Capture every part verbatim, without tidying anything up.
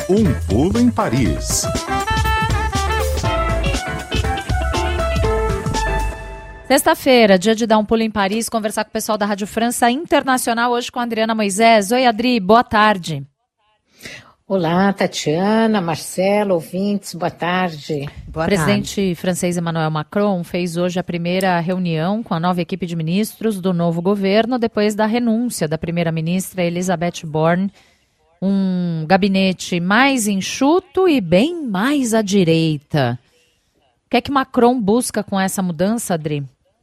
Um pulo em Paris. Sexta-feira, dia de dar um pulo em Paris, conversar com o pessoal da Rádio França Internacional, hoje com a Adriana Moisés. Oi, Adri, boa tarde. Olá, Tatiana, Marcelo, ouvintes, boa tarde. Boa o presidente tarde. francês Emmanuel Macron fez hoje a primeira reunião com a nova equipe de ministros do novo governo, depois da renúncia da primeira-ministra Elisabeth Borne. Um gabinete mais enxuto e bem mais à direita. O que é que Macron busca com essa mudança, Adri?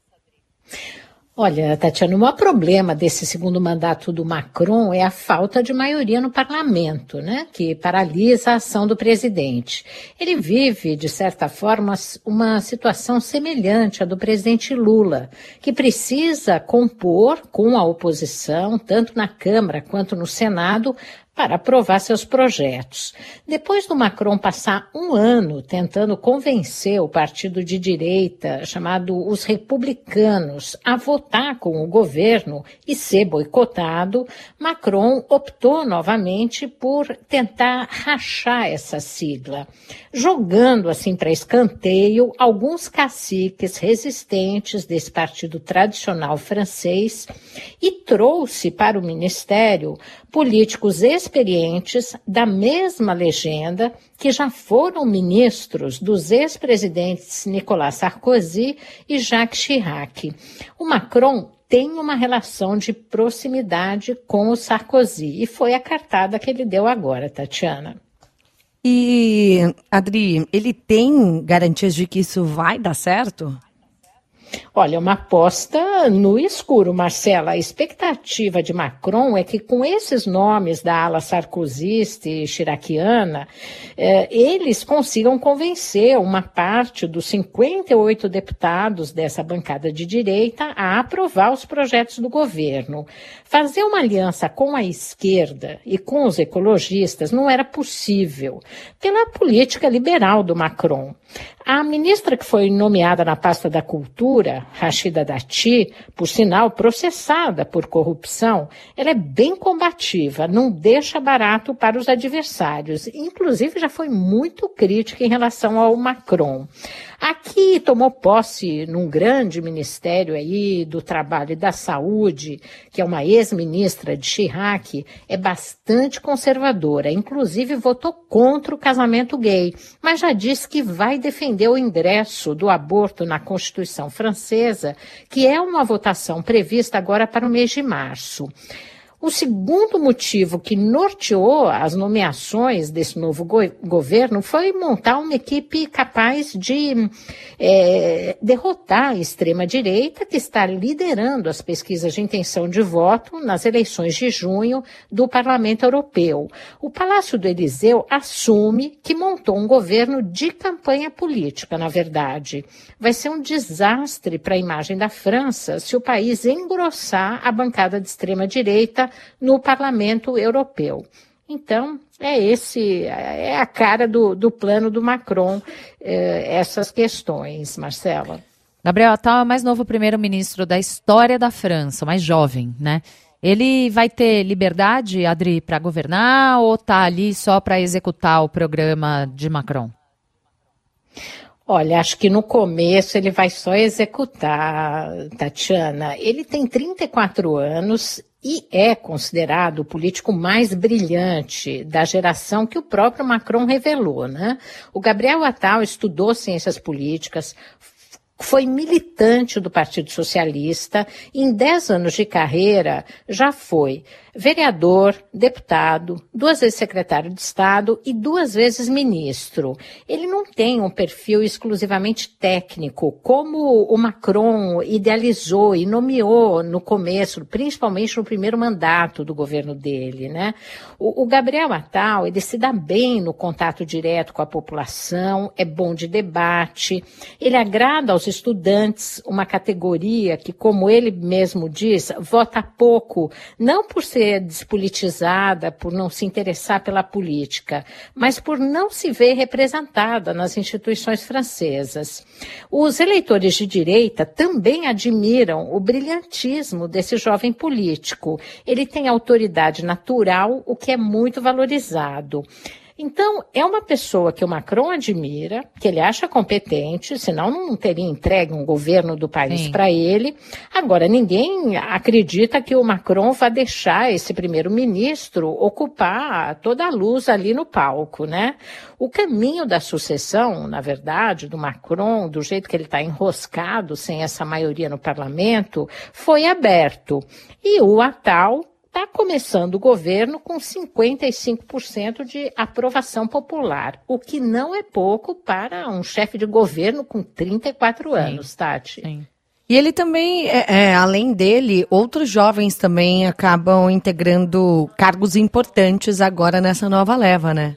Olha, Tatiana, o maior problema desse segundo mandato do Macron é a falta de maioria no parlamento, né, que paralisa a ação do presidente. Ele vive, de certa forma, uma situação semelhante à do presidente Lula, que precisa compor com a oposição, tanto na Câmara quanto no Senado, para aprovar seus projetos. Depois do Macron passar um ano tentando convencer o partido de direita, chamado Os Republicanos, a votar com o governo e ser boicotado, Macron optou novamente por tentar rachar essa sigla, jogando assim para escanteio alguns caciques resistentes desse partido tradicional francês e trouxe para o ministério políticos experientes da mesma legenda que já foram ministros dos ex-presidentes Nicolas Sarkozy e Jacques Chirac. O Macron tem uma relação de proximidade com o Sarkozy e foi a cartada que ele deu agora, Tatiana. E, Adri, ele tem garantias de que isso vai dar certo? Olha, uma aposta no escuro, Marcela. A expectativa de Macron é que com esses nomes da ala sarkozysta e chiraquiana, eh, eles consigam convencer uma parte dos cinquenta e oito deputados dessa bancada de direita a aprovar os projetos do governo. Fazer uma aliança com a esquerda e com os ecologistas não era possível pela política liberal do Macron. A ministra que foi nomeada na pasta da Cultura, Rachida Dati, por sinal processada por corrupção, ela é bem combativa, não deixa barato para os adversários. Inclusive já foi muito crítica em relação ao Macron. Aqui tomou posse num grande ministério aí do Trabalho e da Saúde, que é uma ex-ministra de Chirac, é bastante conservadora, inclusive votou contra o casamento gay, mas já disse que vai defender o ingresso do aborto na Constituição francesa, que é uma votação prevista agora para o mês de março. O segundo motivo que norteou as nomeações desse novo go- governo foi montar uma equipe capaz de é, derrotar a extrema-direita, que está liderando as pesquisas de intenção de voto nas eleições de junho do Parlamento Europeu. O Palácio do Eliseu assume que montou um governo de campanha política, na verdade. Vai ser um desastre para a imagem da França se o país engrossar a bancada de extrema-direita no Parlamento Europeu. Então, é esse, é a cara do, do plano do Macron, eh, essas questões, Marcela. Gabriel Attal é o mais novo primeiro-ministro da história da França, o mais jovem, né? Ele vai ter liberdade, Adri, para governar ou está ali só para executar o programa de Macron? Olha, acho que no começo ele vai só executar, Tatiana. Ele tem trinta e quatro anos e é considerado o político mais brilhante da geração que o próprio Macron revelou, né? O Gabriel Attal estudou ciências políticas, foi militante do Partido Socialista e em dez anos de carreira já foi vereador, deputado, duas vezes secretário de Estado e duas vezes ministro. Ele não tem um perfil exclusivamente técnico, como o Macron idealizou e nomeou no começo, principalmente no primeiro mandato do governo dele, né? O, o Gabriel Attal, ele se dá bem no contato direto com a população, é bom de debate, ele agrada aos estudantes, uma categoria que, como ele mesmo diz, vota pouco, não por ser despolitizada, por não se interessar pela política, mas por não se ver representada nas instituições francesas. Os eleitores de direita também admiram o brilhantismo desse jovem político. Ele tem autoridade natural, o que é muito valorizado. Então, é uma pessoa que o Macron admira, que ele acha competente, senão não teria entregue um governo do país para ele. Agora, ninguém acredita que o Macron vai deixar esse primeiro-ministro ocupar toda a luz ali no palco, né? O caminho da sucessão, na verdade, do Macron, do jeito que ele está enroscado, sem essa maioria no parlamento, foi aberto. E o Attal está começando o governo com cinquenta e cinco por cento de aprovação popular, o que não é pouco para um chefe de governo com trinta e quatro anos, Tati. Sim. E ele também, é, é, além dele, outros jovens também acabam integrando cargos importantes agora nessa nova leva, né?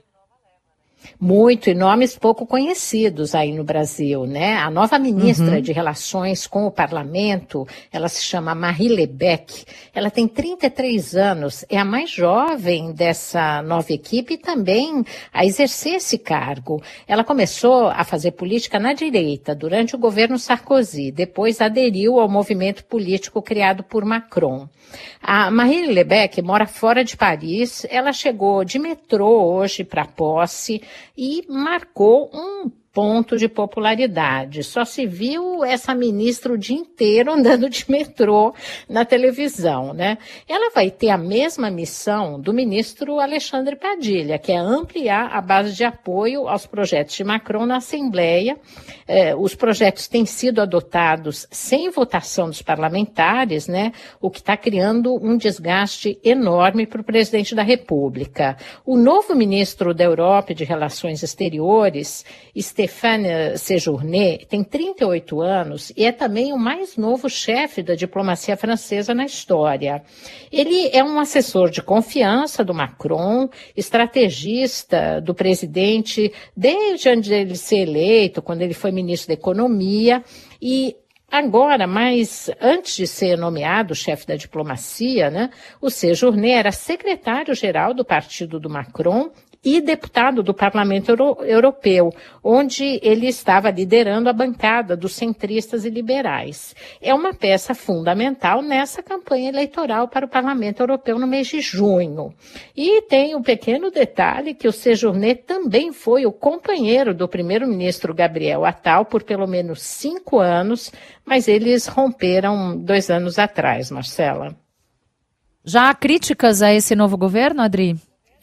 Muito, e nomes pouco conhecidos aí no Brasil, né? A nova ministra uhum. de Relações com o Parlamento, ela se chama Marie Lebec, ela tem trinta e três anos, é a mais jovem dessa nova equipe e também a exercer esse cargo. Ela começou a fazer política na direita durante o governo Sarkozy, depois aderiu ao movimento político criado por Macron. A Marie Lebec mora fora de Paris, ela chegou de metrô hoje para a posse e marcou um ponto de popularidade. Só se viu essa ministra o dia inteiro andando de metrô na televisão, né? Ela vai ter a mesma missão do ministro Alexandre Padilha, que é ampliar a base de apoio aos projetos de Macron na Assembleia. Eh, os projetos têm sido adotados sem votação dos parlamentares, né? O que está criando um desgaste enorme para o presidente da República. O novo ministro da Europa e de Relações Exteriores, Stéphane Séjourné, tem trinta e oito anos e é também o mais novo chefe da diplomacia francesa na história. Ele é um assessor de confiança do Macron, estrategista do presidente desde antes de ele ser eleito, quando ele foi ministro da Economia, e agora, mas antes de ser nomeado chefe da diplomacia, né, o Séjourné era secretário-geral do partido do Macron e deputado do Parlamento Euro- Europeu, onde ele estava liderando a bancada dos centristas e liberais. É uma peça fundamental nessa campanha eleitoral para o Parlamento Europeu no mês de junho. E tem um pequeno detalhe que o Séjourné também foi o companheiro do primeiro-ministro Gabriel Attal por pelo menos cinco anos, mas eles romperam dois anos atrás, Marcela. Já há críticas a esse novo governo, Adri?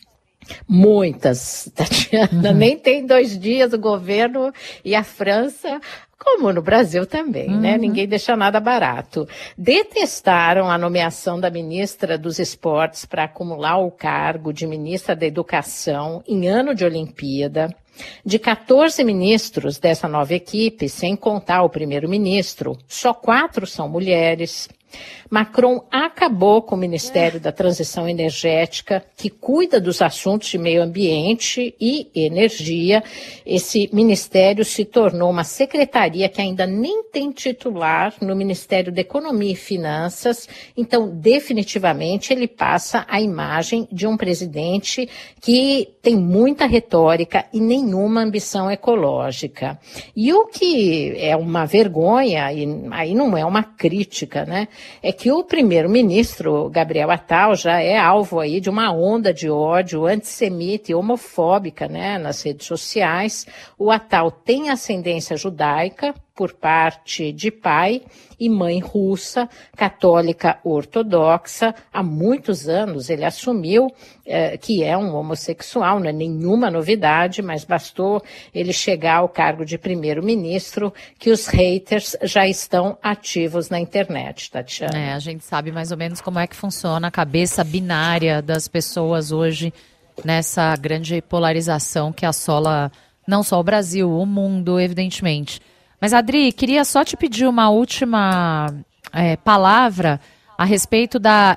Muitas, Tatiana, uhum. Nem tem dois dias o governo e a França, como no Brasil também, uhum. né? Ninguém deixa nada barato. Detestaram a nomeação da ministra dos Esportes para acumular o cargo de ministra da Educação em ano de Olimpíada. De quatorze ministros dessa nova equipe, sem contar o primeiro-ministro, só quatro são mulheres. Macron acabou com o Ministério da Transição Energética, que cuida dos assuntos de meio ambiente e energia. Esse ministério se tornou uma secretaria que ainda nem tem titular no Ministério da Economia e Finanças. Então, definitivamente, ele passa a imagem de um presidente que tem muita retórica e nenhuma ambição ecológica. E o que é uma vergonha, e aí não é uma crítica, né? É que o primeiro-ministro Gabriel Attal já é alvo aí de uma onda de ódio antissemita e homofóbica, né, nas redes sociais. O Attal tem ascendência judaica por parte de pai e mãe russa, católica ortodoxa. Há muitos anos ele assumiu eh, que é um homossexual, não é nenhuma novidade, mas bastou ele chegar ao cargo de primeiro-ministro que os haters já estão ativos na internet, Tatiana. É, a gente sabe mais ou menos como é que funciona a cabeça binária das pessoas hoje nessa grande polarização que assola não só o Brasil, o mundo, evidentemente. Mas, Adri, queria só te pedir uma última é, palavra a respeito da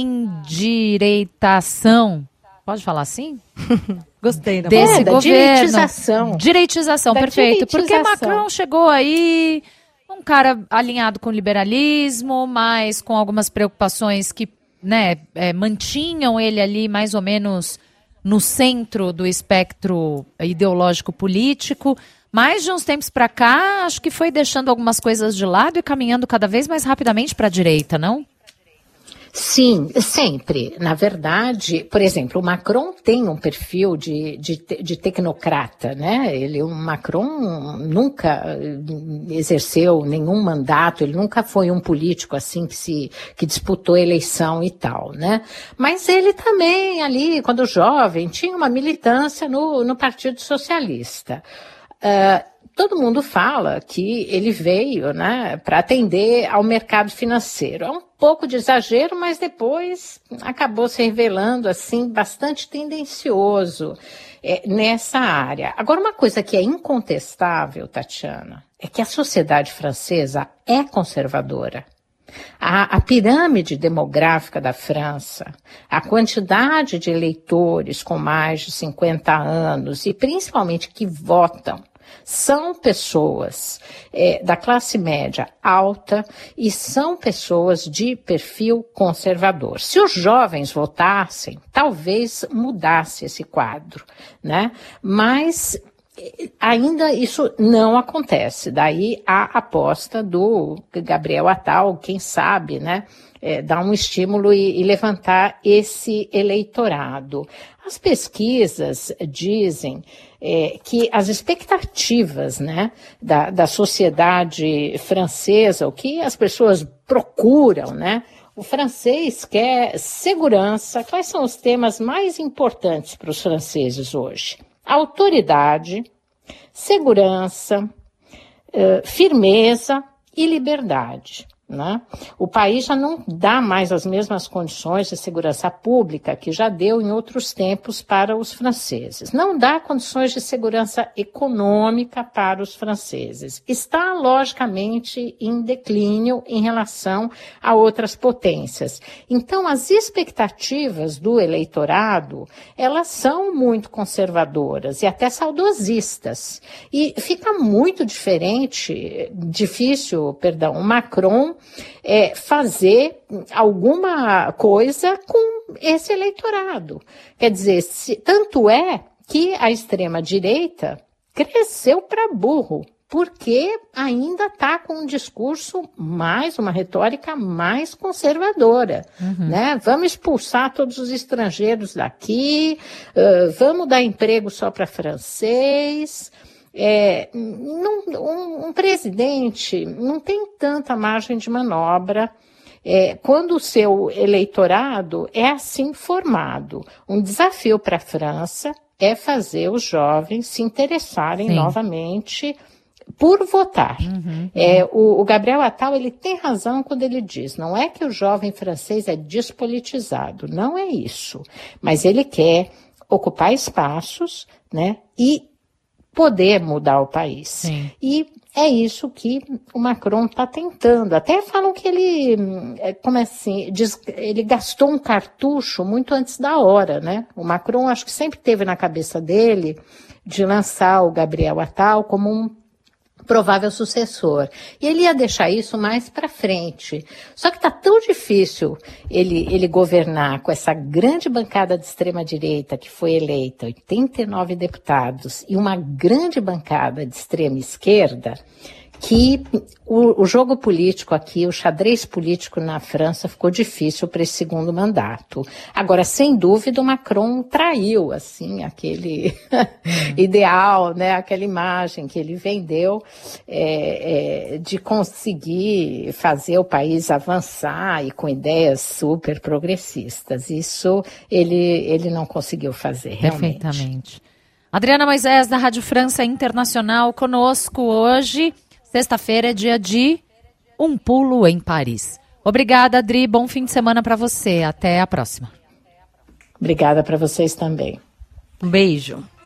endireitação. Pode falar assim? Gostei da desse é, da governo. Direitização. Direitização, da perfeito. Direitização. Porque Macron chegou aí, um cara alinhado com o liberalismo, mas com algumas preocupações que, né, é, mantinham ele ali mais ou menos no centro do espectro ideológico político. Mas de uns tempos para cá, acho que foi deixando algumas coisas de lado e caminhando cada vez mais rapidamente para a direita, não? Sim, sempre. Na verdade, por exemplo, o Macron tem um perfil de, de, de tecnocrata, né? Ele, o Macron nunca exerceu nenhum mandato, ele nunca foi um político assim que, se, que disputou eleição e tal, né? Mas ele também ali, quando jovem, tinha uma militância no, no Partido Socialista. Uh, Todo mundo fala que ele veio, né, para atender ao mercado financeiro. É um pouco de exagero, mas depois acabou se revelando assim bastante tendencioso é, nessa área. Agora, uma coisa que é incontestável, Tatiana, é que a sociedade francesa é conservadora. A, a pirâmide demográfica da França, a quantidade de eleitores com mais de cinquenta anos e principalmente que votam, são pessoas é, da classe média alta e são pessoas de perfil conservador. Se os jovens votassem, talvez mudasse esse quadro, né? Mas ainda isso não acontece. Daí a aposta do Gabriel Attal, quem sabe, né? É, dar um estímulo e, e levantar esse eleitorado. As pesquisas dizem é, que as expectativas, né, da, da sociedade francesa, o que as pessoas procuram, né? O francês quer segurança. Quais são os temas mais importantes para os franceses hoje? Autoridade, segurança, eh, firmeza e liberdade. Né? O país já não dá mais as mesmas condições de segurança pública que já deu em outros tempos para os franceses. Não dá condições de segurança econômica para os franceses. Está, logicamente, em declínio em relação a outras potências. Então, as expectativas do eleitorado, elas são muito conservadoras e até saudosistas. E fica muito diferente, difícil, perdão, o Macron É, fazer alguma coisa com esse eleitorado. Quer dizer, se, tanto é que a extrema-direita cresceu para burro, porque ainda está com um discurso mais, uma retórica mais conservadora. Uhum. Né? Vamos expulsar todos os estrangeiros daqui, uh, vamos dar emprego só para francês. É, não, um, um presidente não tem tanta margem de manobra é, quando o seu eleitorado é assim formado. Um desafio para a França é fazer os jovens se interessarem Sim. novamente por votar. Uhum, é, uhum. O, o Gabriel Attal, ele tem razão quando ele diz, não é que o jovem francês é despolitizado, não é isso, mas ele quer ocupar espaços, né, e poder mudar o país. Sim. E é isso que o Macron está tentando. Até falam que ele, como é assim, diz, ele gastou um cartucho muito antes da hora, né? O Macron acho que sempre teve na cabeça dele de lançar o Gabriel Attal como um provável sucessor. E ele ia deixar isso mais para frente. Só que está tão difícil ele, ele governar com essa grande bancada de extrema-direita que foi eleita, oitenta e nove deputados, e uma grande bancada de extrema-esquerda, que o, o jogo político aqui, o xadrez político na França ficou difícil para esse segundo mandato. Agora, sem dúvida, o Macron traiu, assim, aquele ideal, né, aquela imagem que ele vendeu é, é, de conseguir fazer o país avançar e com ideias super progressistas. Isso ele, ele não conseguiu fazer, realmente. Perfeitamente. Adriana Moisés, da Rádio França Internacional, conosco hoje. Sexta-feira é dia de Um Pulo em Paris. Obrigada, Adri. Bom fim de semana para você. Até a próxima. Obrigada para vocês também. Um beijo.